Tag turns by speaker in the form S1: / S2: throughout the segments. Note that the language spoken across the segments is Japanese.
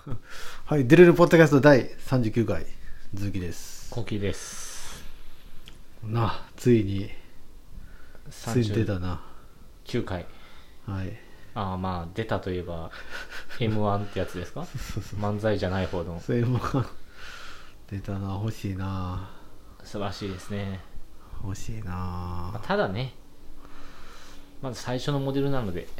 S1: はい、デレルポッドキャスト第39回鈴木です。
S2: コキです。
S1: ついに出たな。
S2: 9回。
S1: はい。
S2: まあ出たといえば M1 ってやつですか？漫才じゃない方の。
S1: それも出たな。欲しいな。
S2: 素晴らしいですね。
S1: 欲しいな。
S2: ただね、まず最初のモデルなので、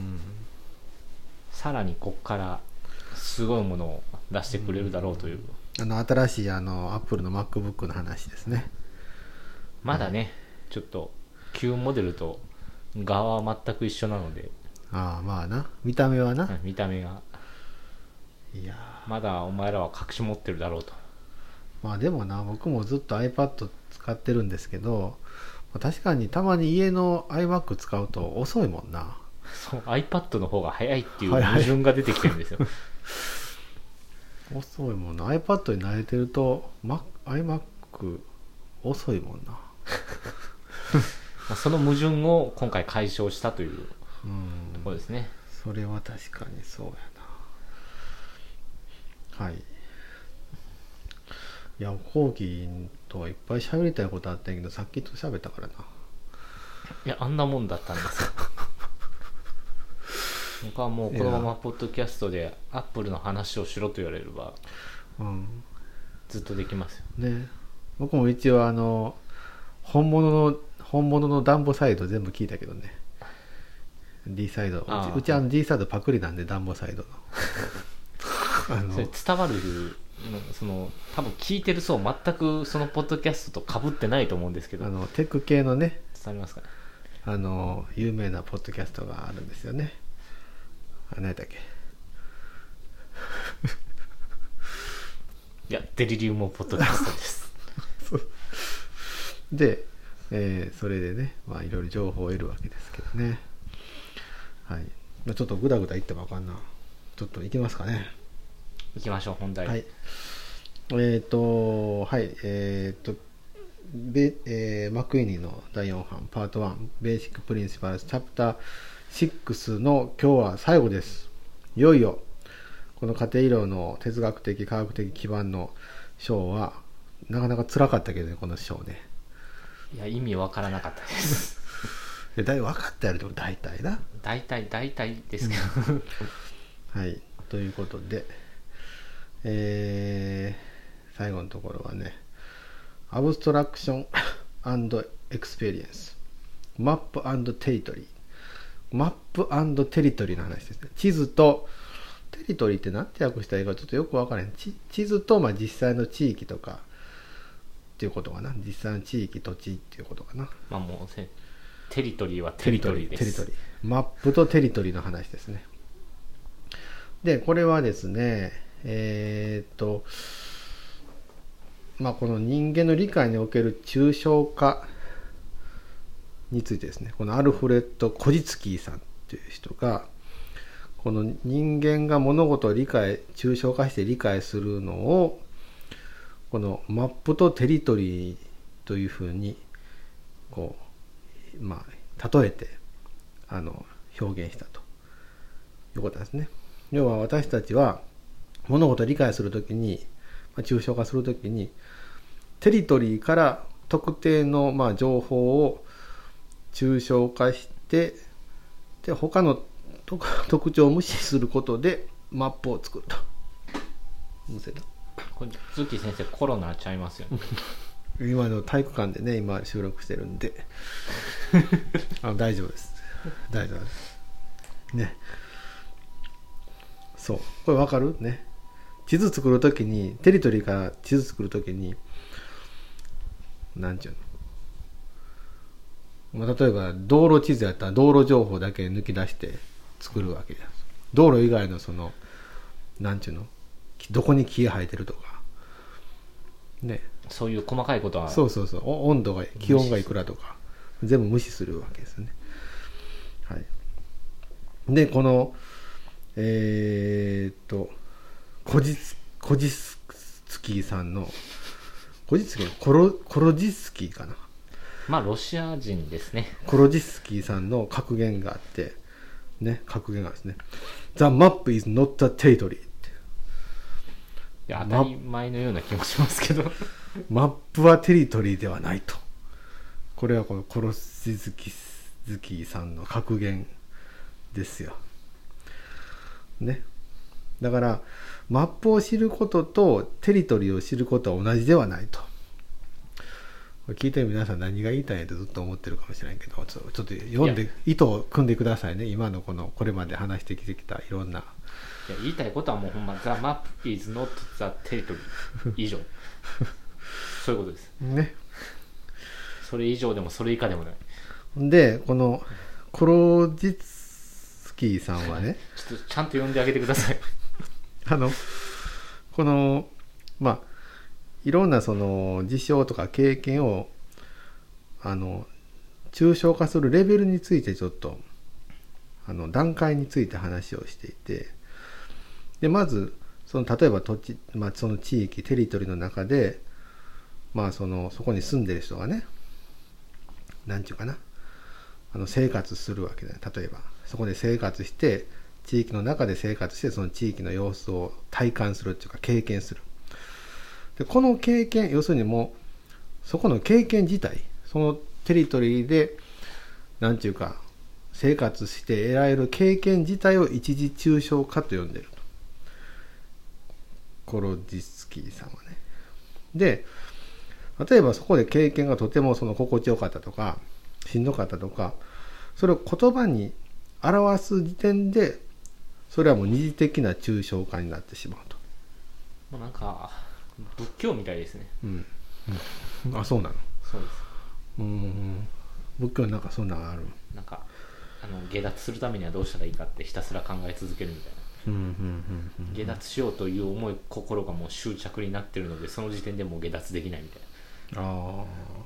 S2: さらにこっからすごいものを出してくれるだろうという、
S1: 新しいアップルの MacBook の話ですね。
S2: まだね、ちょっと旧モデルと側は全く一緒なので、
S1: まあな、見た目はな、
S2: 見た目が
S1: いや
S2: まだお前らは隠し持ってるだろうと。
S1: まあでもな、僕もずっと iPad 使ってるんですけど、確かにたまに家の iMac 使うと遅いもんな。
S2: そう、iPad の方が早いっていう矛盾が出てきてるんですよ。
S1: 遅いもんな。 iPad に慣れてると、iMac 遅いもんな。
S2: その矛盾を今回解消したというところですね。
S1: それは確かにそうやな。はい。いや、コーギーとはいっぱい喋りたいことあったんやけど、さっきと喋ったからな。
S2: いや、あんなもんだったんですよ。僕はもうこのままポッドキャストでアップルの話をしろと言われれば、ずっとできますよ
S1: ね。僕も一応本物のダンボサイド全部聞いたけどね。 D サイド、うちD サイドパクリなんで、ダンボサイドの
S2: それ伝わる、多分聞いてる層全くそのポッドキャストと被ってないと思うんですけど、
S1: テック系のね、
S2: 伝わりますかね。
S1: 有名なポッドキャストがあるんですよね。何だっけ。
S2: いや、デリリウムポッドキャストです
S1: で、それでね、いろいろ情報を得るわけですけどね。はい。ちょっとグダグダ言ってもあかんな。ちょっと行きますかね。
S2: 行きましょう、本題。
S1: はい。はい。マクイニの第4版パート1ベーシックプリンシパルチャプター6の今日は最後です。いよいよこの家庭医療の哲学的科学的基盤の章はなかなか辛かったけどね、この章ね。
S2: いや、意味わからなかったです
S1: 分かったやろ。でも大体な、
S2: 大体ですけど、
S1: はい。ということで、最後のところはね、アブストラクションエクスペリエンス、マップ&テリトリー、マップ&テリトリーの話ですね。地図とテリトリーって何て訳したらいいかちょっとよく分からへん。地図と実際の地域とかっていうことかな。実際の地域、土地っていうことかな。
S2: もうテリトリーはテリトリーです。
S1: テリトリー、マップとテリトリーの話ですね。で、これはですね、この人間の理解における抽象化についてですね、このアルフレッド・コジツキーさんという人が、この人間が物事を抽象化して理解するのを、このマップとテリトリーというふうに例えて表現したということですね。要は私たちは物事を理解するときに、抽象化するときにテリトリーから特定の情報を抽象化して、で他の特徴を無視することでマップを作ると。
S2: これ鈴木先生コロナちゃいますよね
S1: 今の体育館でね、今収録してるんで大丈夫です、大丈夫ですね。そう、これ分かるね。地図作るときに、テリトリーから地図作るときに、なんちゅうの、例えば道路地図やったら道路情報だけ抜き出して作るわけです。道路以外のなんちゅうの、どこに木が生えてるとかね、
S2: そういう細かいことは、
S1: そう温度が、気温がいくらとか全部無視するわけですね。はい。で、このコジスキーさんのコロジスキーかな。
S2: ロシア人ですね。
S1: コロジスキーさんの格言があってね、格言がですね、The map is not a territory って
S2: や当たり前のような気もしますけど
S1: マップはテリトリーではないと。これはこのコロシズキさんの格言ですよ。ね。だからマップを知ることとテリトリーを知ることは同じではないと。聞いてる皆さん何が言いたいんやってずっと思ってるかもしれないけど、ちょっと読んで意図を組んでくださいね。今のこれまで話してきてきたいろんな。
S2: いや言いたいことはもうほんま The map is not the territory 以上そういうことです
S1: ね。
S2: それ以上でもそれ以下でもない。
S1: でこのコロジツキーさんはね
S2: ちょっとちゃんと読んであげてください
S1: このまあいろんなその事象とか経験を抽象化するレベルについてちょっと段階について話をしていて、でまず例えば土地、その地域テリトリーの中で、そこに住んでる人がね、なんていうかな、生活するわけだよ。例えばそこで生活して地域の中で生活してその地域の様子を体感するっていうか経験する。でこの経験、要するにもうそこの経験自体、そのテリトリーでなんていうか生活して得られる経験自体を一時抽象化と呼んでいると、コロジスキーさんはね。で例えばそこで経験がとても心地よかったとかしんどかったとか、それを言葉に表す時点でそれはもう二次的な抽象化になってしまうと。
S2: もうなんか仏教みたいですね。
S1: あ、そうなの。
S2: そうです。
S1: 仏教になんかそんなのがある。
S2: なんか下脱するためにはどうしたらいいかってひたすら考え続けるみたいな。下脱しようという思い心がもう執着になってるので、その時点でもう下脱できないみたいな。
S1: ああ。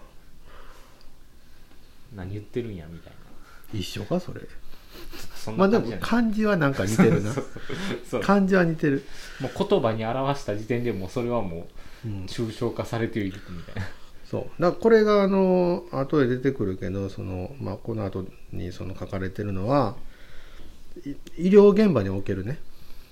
S2: 何言ってるんやみたい
S1: な。一緒かそれ。
S2: そんな感じじゃない。
S1: でも漢字はなんか似てるな。そう漢字は似てる。
S2: もう言葉に表した時点でもうそれはもう抽象化されているみたいな。
S1: そうだからこれが後で出てくるけどこの後に書かれてるのは医療現場におけるね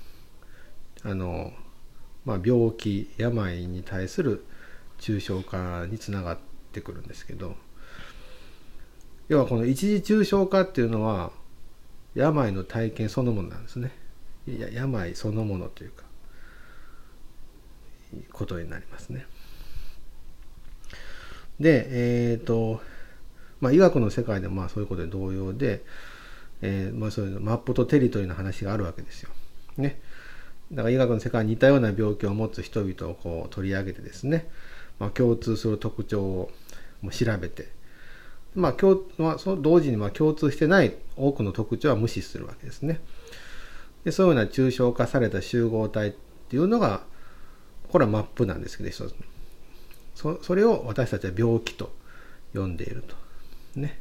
S1: 病気病に対する抽象化につながってくるんですけど、要はこの一時抽象化っていうのは病の体験そのものなんですね。病そのものというかことになりますね。で医学の世界でもそういうことで同様で、そういうマップとテリトリーの話があるわけですよ。ね。だから医学の世界に似たような病気を持つ人々をこう取り上げてですね、共通する特徴を調べて、同時に共通してない多くの特徴は無視するわけですね。でそういうような抽象化された集合体っていうのがこれはマップなんですけど、一つそれを私たちは病気と呼んでいるとね。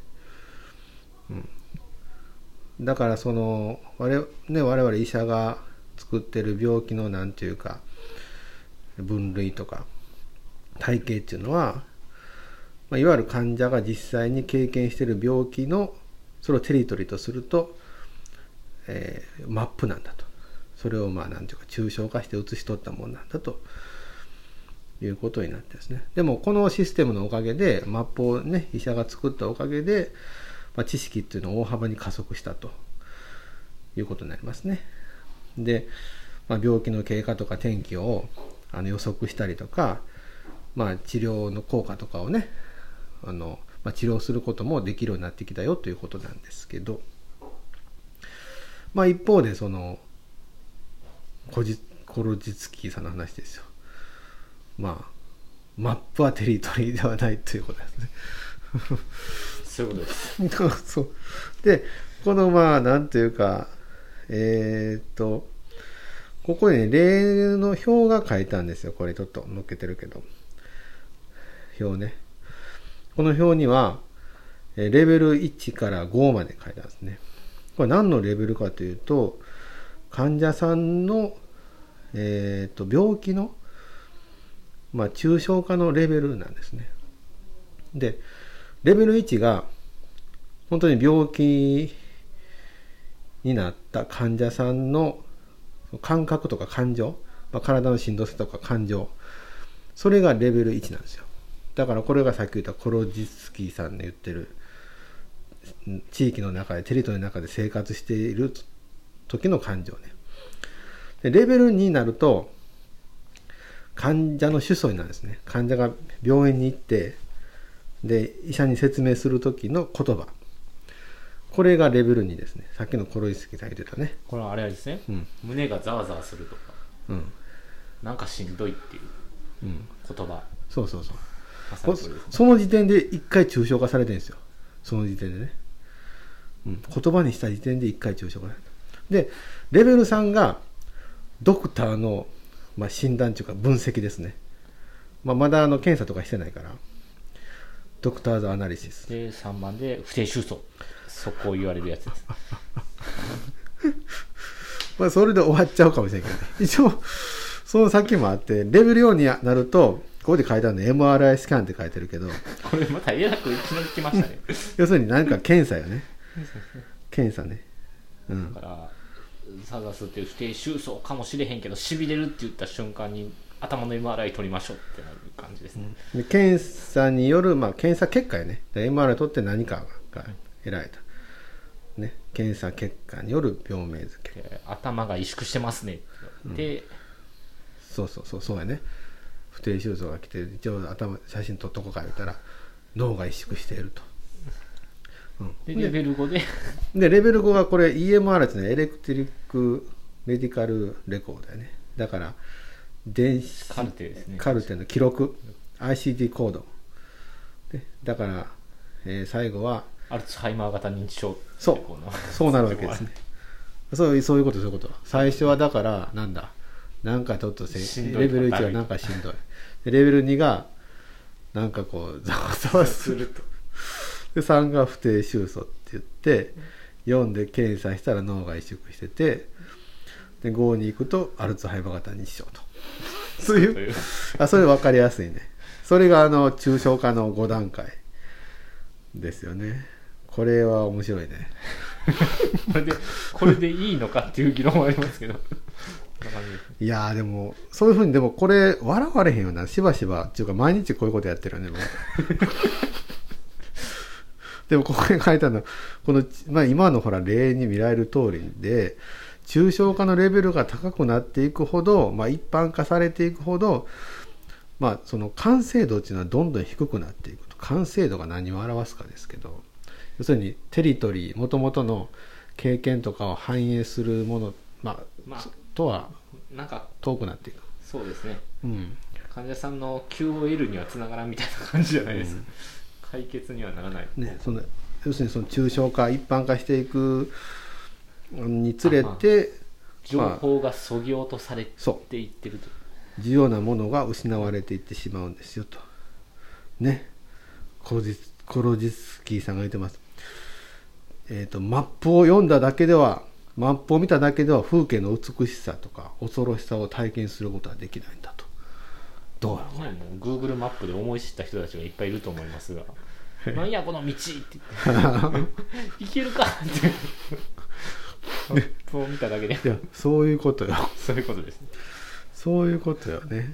S1: だから我々医者が作ってる病気のなんていうか分類とか体系っていうのは、いわゆる患者が実際に経験している病気のそれをテリトリーとすると、マップなんだと。それをなんていうか抽象化して写し取ったものなんだということになってですね。でもこのシステムのおかげでマップをね医者が作ったおかげで、知識っていうのを大幅に加速したということになりますね。で、病気の経過とか転機を予測したりとか、治療の効果とかをね治療することもできるようになってきたよということなんですけど、一方でコロジツキーさんの話ですよ。マップはテリトリーではないということですね。
S2: そういうことです。
S1: そうでこのなんていうかここにね例の表が書いたんですよ。これちょっと載っけてるけど表ね。この表にはレベル1から5まで書いてあるんですね。これ何のレベルかというと患者さんの、病気の抽象化のレベルなんですね。でレベル1が本当に病気になった患者さんの感覚とか感情、 体のしんどさとか感情、それがレベル1なんですよ。だからこれがさっき言ったコロジスキーさんの言ってる地域の中でテリトリーの中で生活している時の感情ね。でレベル2になると患者の主訴になるんですね。患者が病院に行ってで医者に説明する時の言葉、これがレベル2ですね。さっきのコロジスキーさん言ってたね。
S2: これはあれですね、胸がざわざわするとか、なんかしんどいっていう言葉、
S1: そうそうそう、
S2: まさにそれですね。
S1: その時点で一回抽象化されてるんですよ。その時点でね、言葉にした時点で一回抽象化されてる。でレベル3がドクターの、診断というか分析ですね。まだ検査とかしてないからドクターズアナリシス
S2: で3番で不定収束、そこを言われるやつです
S1: それで終わっちゃうかもしれないけどね。一応その先もあって、レベル4になるとここで書いてあるの MRI スキャンって書いてるけど、
S2: これまたえらくいきなり来ましたね
S1: 要するに何か検査よね検査ね、
S2: だからサザスっていう不定収束かもしれへんけどしびれるって言った瞬間に頭の MRI 取りましょうってなる感じですね、
S1: で検査による、検査結果やね。で MRI 取って何かが得られた、ね、検査結果による病名付け、
S2: 頭が萎縮してますねって、
S1: そうやね。不定収束が来て一応頭写真撮っとこうか言ったら脳が萎縮していると、
S2: でレベル5
S1: でレベル5がこれ EMR ですね。エレクトリックメディカルレコードやね。だから電子
S2: カルテですね。
S1: カルテの記録 ICD コードで、だから、最後は
S2: アルツハイマー型認知症、
S1: そうなるわけですね。そういうこと最初はだからなんかちょっとレベル1はなんかしんどいでレベル2がなんかこうざわざわするとで3が不定収束って言って4で検査したら脳が萎縮しててで5に行くとアルツハイマー型認知症とそういうそれ分かりやすいね。それが抽象化の5段階ですよね。これは面白いね
S2: これでいいのかっていう議論はありますけど
S1: いやーでもそういうふうにでもこれ笑われへんよな、しばしばっていうか毎日こういうことやってるよねでもここに書いてあるのこの、今のほら例に見られる通りで抽象化のレベルが高くなっていくほど、一般化されていくほど、その完成度っていうのはどんどん低くなっていくと。完成度が何を表すかですけど、要するにテリトリー元々の経験とかを反映するもの、とは
S2: なんか
S1: 遠くなっていく。
S2: そうですね、患者さんの QOL にはつながらんみたいな感じじゃないですか、解決にはならない、
S1: 要するにその抽象化一般化していくにつれて
S2: 情報がそぎ落とされていってると、
S1: 重要なものが失われていってしまうんですよとね。コロジスキーさんが言ってます。マップを読んだだけではマップを見ただけでは風景の美しさとか恐ろしさを体験することはできないんだと。どうやろうね。
S2: Google マップで思い知った人たちがいっぱいいると思いますがなんやこの道って言って行けるかってマップを見ただけで
S1: いやそういうことよ
S2: そういうことですね。
S1: そういうことよね。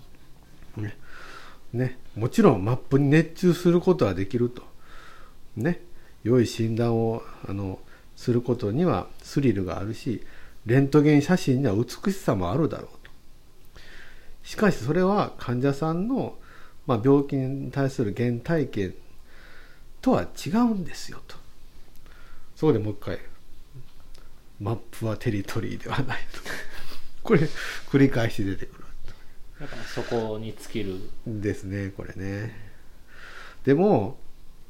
S1: もちろんマップに熱中することはできるとね。良い診断をすることにはスリルがあるし、レントゲン写真には美しさもあるだろうと。しかしそれは患者さんの、病気に対する原体験とは違うんですよと。そこでもう一回マップはテリトリーではないとこれ繰り返し出てくる。
S2: だからそこに尽きる
S1: ですねこれね。でも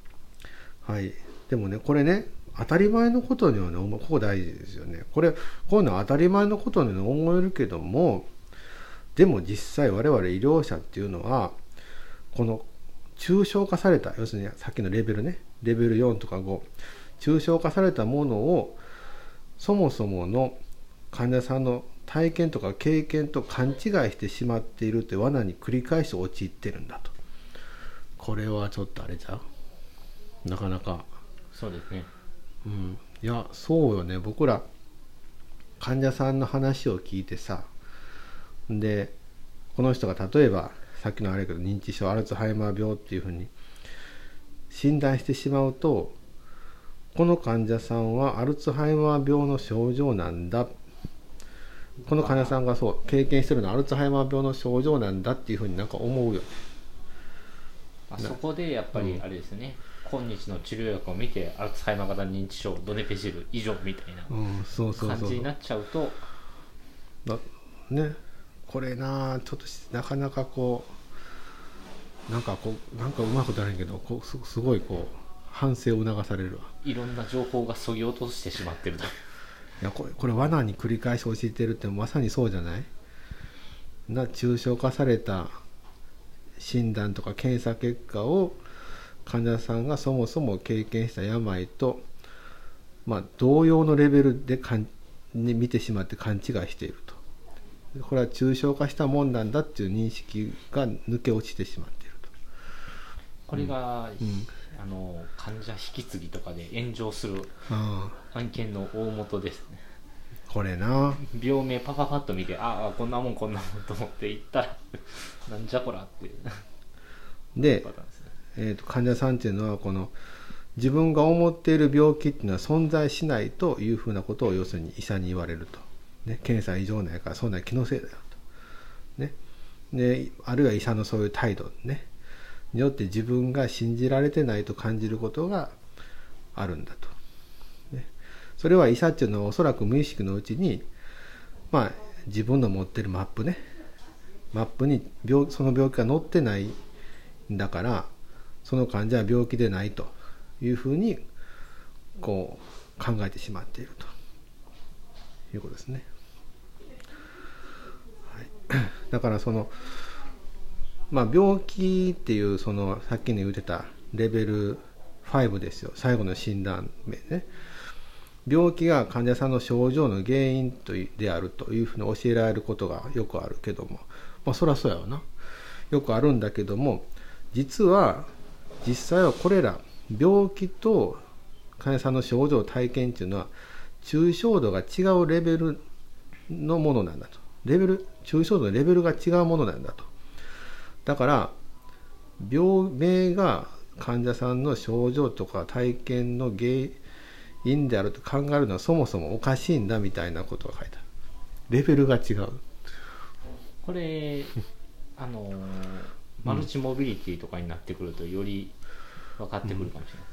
S1: これね当たり前のことにはね、ここ大事ですよね。こういうのは当たり前のことに思えるけども、でも実際我々医療者っていうのはこの抽象化された、要するにさっきのレベルね、レベル4とか5、抽象化されたものをそもそもの患者さんの体験とか経験と勘違いしてしまっているという罠に繰り返し陥ってるんだと。これはちょっとあれじゃなかなか。
S2: そうですね。
S1: いやそうよね。僕ら患者さんの話を聞いてさ、 でこの人が例えばさっきのあれだけど認知症アルツハイマー病っていうふうに診断してしまうと、この患者さんはアルツハイマー病の症状なんだ、この患者さんがそう経験してるのはアルツハイマー病の症状なんだっていうふうになんか思うよ。
S2: そこでやっぱりあれですね、今日の治療薬を見てアルツハイマー型認知症ドネペジル以上みたいな感じになっちゃうと、
S1: ね、これなちょっとなかなかこうなんかうまいことないけどすごいこう反省を促されるわ。
S2: いろんな情報がそぎ落としてしまってると。い
S1: やこれ罠に繰り返し教えてるってまさにそうじゃない抽象化された診断とか検査結果を患者さんがそもそも経験した病と、同様のレベルで見てしまって勘違いしていると。これは抽象化したもんなんだっていう認識が抜け落ちてしまっていると。
S2: これが、患者引き継ぎとかで炎上する案件の大元ですね。
S1: これな
S2: 病名パパッと見て、こんなもんと思って行ったらなんじゃこらって
S1: で、患者さんっていうのはこの自分が思っている病気っていうのは存在しないというふうなことを要するに医者に言われると、ね、検査異常ないからそんな気のせいだよと、ね、であるいは医者のそういう態度、ね、によって自分が信じられてないと感じることがあるんだと。それは医者っていうのはおそらく無意識のうちに、自分の持ってるマップにその病気が載ってないんだから、その患者は病気でないというふうにこう考えてしまっているということですね。はい、だからその、病気っていうそのさっきの言ってたレベル5ですよ、最後の診断名ね。病気が患者さんの症状の原因であるというふうに教えられることがよくあるけども、そりゃそうやわな、よくあるんだけども、実際はこれら病気と患者さんの症状体験っていうのは抽象度が違うレベルのものなんだと。抽象度のレベルが違うものなんだと。だから病名が患者さんの症状とか体験の原因であると考えるのはそもそもおかしいんだみたいなことが書いてある。レベルが違う。こ
S2: れマルチモビリティとかになってくるとより分かってくるかもしれない。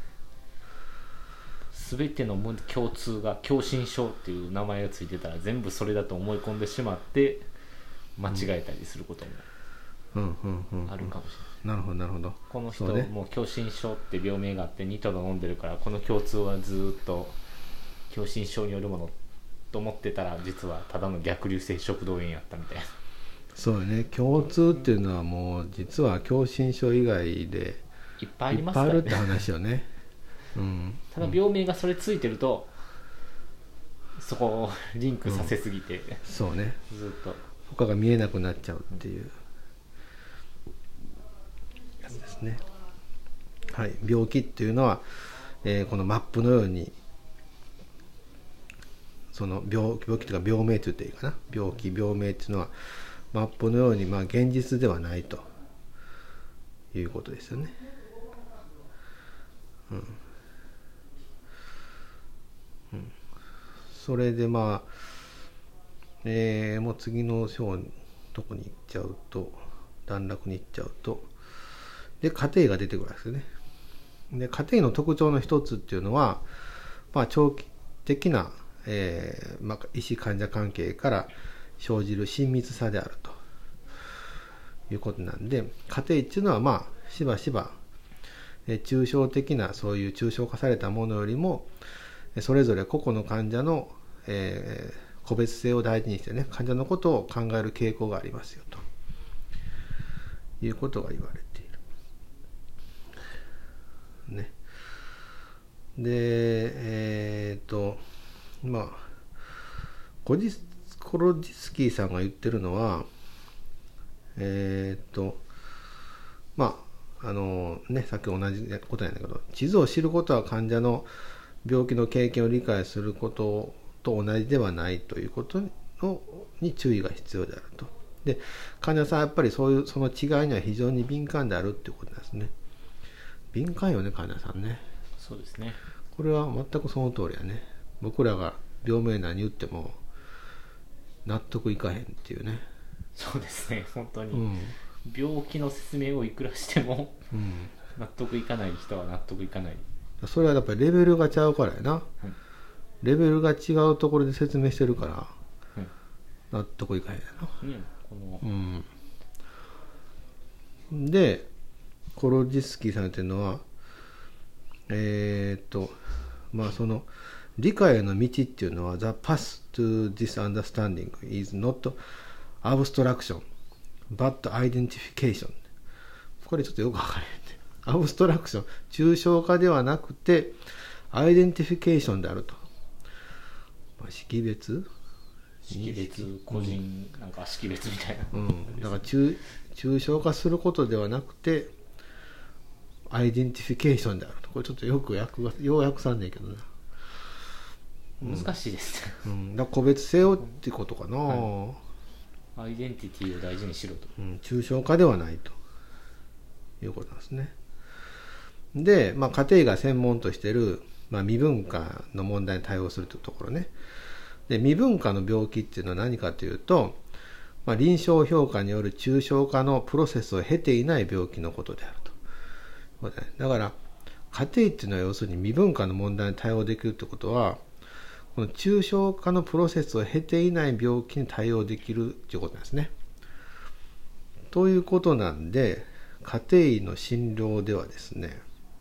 S2: 全ての共通が狭心症っていう名前がついてたら全部それだと思い込んでしまって間違えたりすることもあるかもしれない。
S1: なるほどなるほど。
S2: この人もう狭心症って病名があってニトロ飲んでるからこの共通はずっと狭心症によるものと思ってたら実はただの逆流性食道炎やったみたいな。
S1: そうね、共通っていうのはもう実は狭心症以外で
S2: いっぱいありますからね。
S1: いっぱいあるって話よね。
S2: ただ病名がそれついてるとそこをリンクさせすぎて、
S1: そうね、
S2: ずっと
S1: 他が見えなくなっちゃうっていうやつですね。はい、病気っていうのは、このマップのようにその病気というか病名と言っていいかな、病名っていうのはマップのように現実ではないということですよね。それでもう次の章のとこに行っちゃうと、段落に行っちゃうと、で家庭が出てくるわけですよね。で家庭の特徴の一つっていうのは、長期的な、医師患者関係から生じる親密さであるということなんで、家庭っていうのはしばしば抽象的なそういう抽象化されたものよりもそれぞれ個々の患者の、個別性を大事にしてね、患者のことを考える傾向がありますよということが言われているね。でコロジスキーさんが言ってるのはさっき同じことなんだけど、地図を知ることは患者の病気の経験を理解することと同じではないということに注意が必要であると。 で患者さんはやっぱりその違いには非常に敏感であるっていうことなんですね。敏感よね患者さんね。
S2: そうですね。
S1: これは全くその通りやね。僕らが病名何言っても納得いかへんっていうね。
S2: そうですね、本当に、
S1: うん、
S2: 病気の説明をいくらしても、
S1: うん、
S2: 納得いかない人は納得いかない。
S1: それはやっぱりレベルがちゃうからやな、レベルが違うところで説明してるから納得いかへんやな、
S2: この
S1: でコロジスキーさんっていうのはまあその理解への道っていうのは The path to this understanding is not abstraction but identification。 これちょっとよくわからへんね。アブストラクション、抽象化ではなくてアイデンティフィケーションであると、識別
S2: 個人、なんか識別みたいな、
S1: だから抽象化することではなくてアイデンティフィケーションであると。これちょっとよくよう訳さんねんけどな、
S2: 難しいですね、
S1: だから個別性をってことかな、
S2: アイデンティティを大事にしろと、
S1: 抽象化ではないということなんですね。で、家庭が専門としている、未分化の問題に対応するというところね。で、未分化の病気っていうのは何かというと、臨床評価による抽象化のプロセスを経ていない病気のことであると。だから、家庭っていうのは要するに未分化の問題に対応できるってことは、この抽象化のプロセスを経ていない病気に対応できるということなんですね。ということなんで、家庭医の診療ではですね、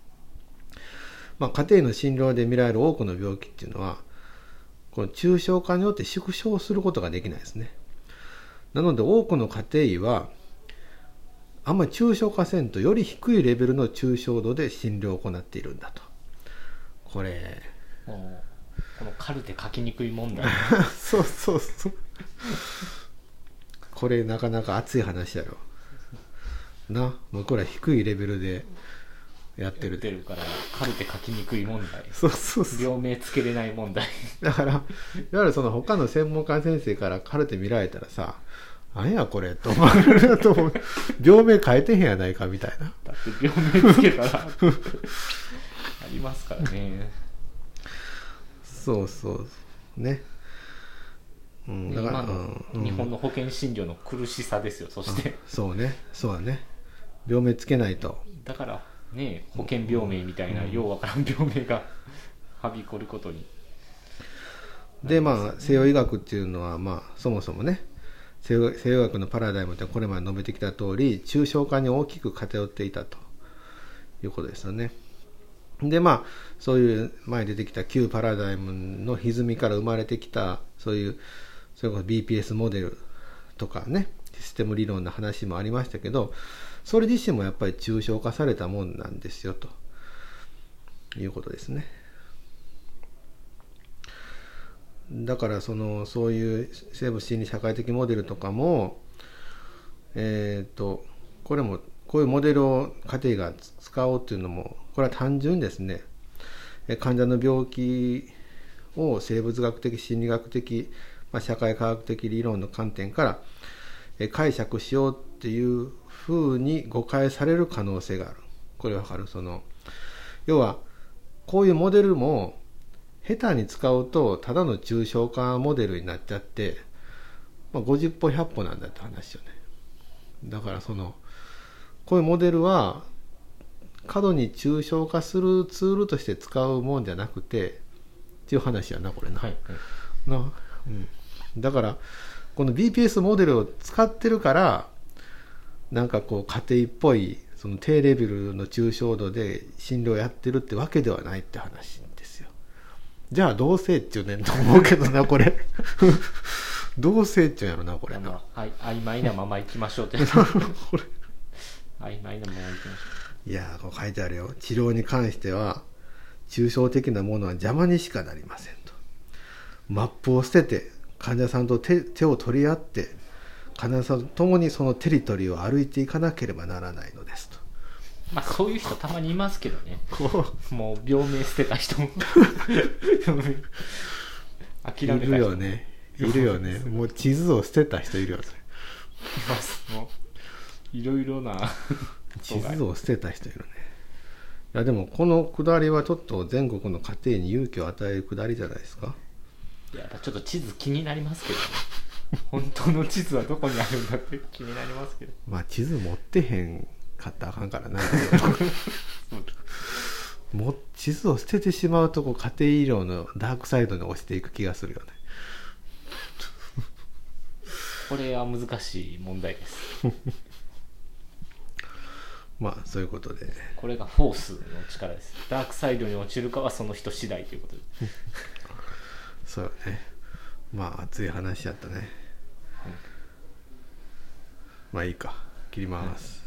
S1: 家庭の診療で見られる多くの病気っていうのはこの抽象化によって縮小することができないですね。なので多くの家庭医はあんまり抽象化せんとより低いレベルの抽象度で診療を行っているんだと。この
S2: カルテ書きにくい問題
S1: そうこれなかなか熱い話やろな。僕ら低いレベルでやってる
S2: からカルテ書きにくい問題、
S1: そう
S2: 病名つけれない問題
S1: だからいわゆるその他の専門家先生からカルテ見られたらさ、何やこれと思うと思う病名変えてへんやないかみたいな。
S2: だって病名つけたらありますからね。
S1: そうね、
S2: だから、日本の保険診療の苦しさですよ。そして
S1: そうだね、病名つけないと。
S2: だからね、保険病名みたいな、ようわからん病名がはびこることに。
S1: で西洋医学っていうのはそもそもね、西洋医学のパラダイムってこれまで述べてきた通り抽象化に大きく偏っていたということですよね。でそういう前出てきた旧パラダイムの歪みから生まれてきたそれこそ BPS モデルとかね、システム理論の話もありましたけど、それ自身もやっぱり抽象化されたもんなんですよということですね。だからそういう生物心理社会的モデルとかもこれもこういうモデルを家庭が使おうっていうのも、これは単純にですね、患者の病気を生物学的心理学的、社会科学的理論の観点から解釈しようっていうふうに誤解される可能性がある。これわかる？要はこういうモデルも下手に使うとただの抽象化モデルになっちゃって、50歩100歩なんだって話よね。だからこういうモデルは過度に抽象化するツールとして使うもんじゃなくてっていう話やな、これな。だからこの BPS モデルを使ってるからなんかこう家庭っぽい低レベルの抽象度で診療やってるってわけではないって話ですよ。じゃあどうせっちゅうねんと思うけどなこれどうせっちゅうんやろなこれな。
S2: 曖昧なまま行きましょうってこれ曖昧なまま行きましょ
S1: う。いやこう書いてあるよ。治療に関しては抽象的なものは邪魔にしかなりませんと。マップを捨てて患者さんと 手を取り合って患者さんと共にそのテリトリーを歩いていかなければならないのですと。
S2: そういう人たまにいますけどね。もう病名捨てた人も諦めた人
S1: いるよねもう地図を捨てた人いるよね。
S2: ますもういろいろな
S1: 地図を捨てた人いるね。いやでもこのくだりはちょっと全国の家庭に勇気を与えるくだりじゃないですか。
S2: いやちょっと地図気になりますけどね本当の地図はどこにあるんだって気になりますけど、
S1: まあ地図持ってへんかったらあかんからなも地図を捨ててしまうとこう家庭医療のダークサイドに落ちていく気がするよね
S2: これは難しい問題です
S1: まあそういうことで
S2: これがフォースの力です。ダークサイドに落ちるかはその人次第ということで
S1: そうよね。まあ熱い話やったね、まあいいか、切ります、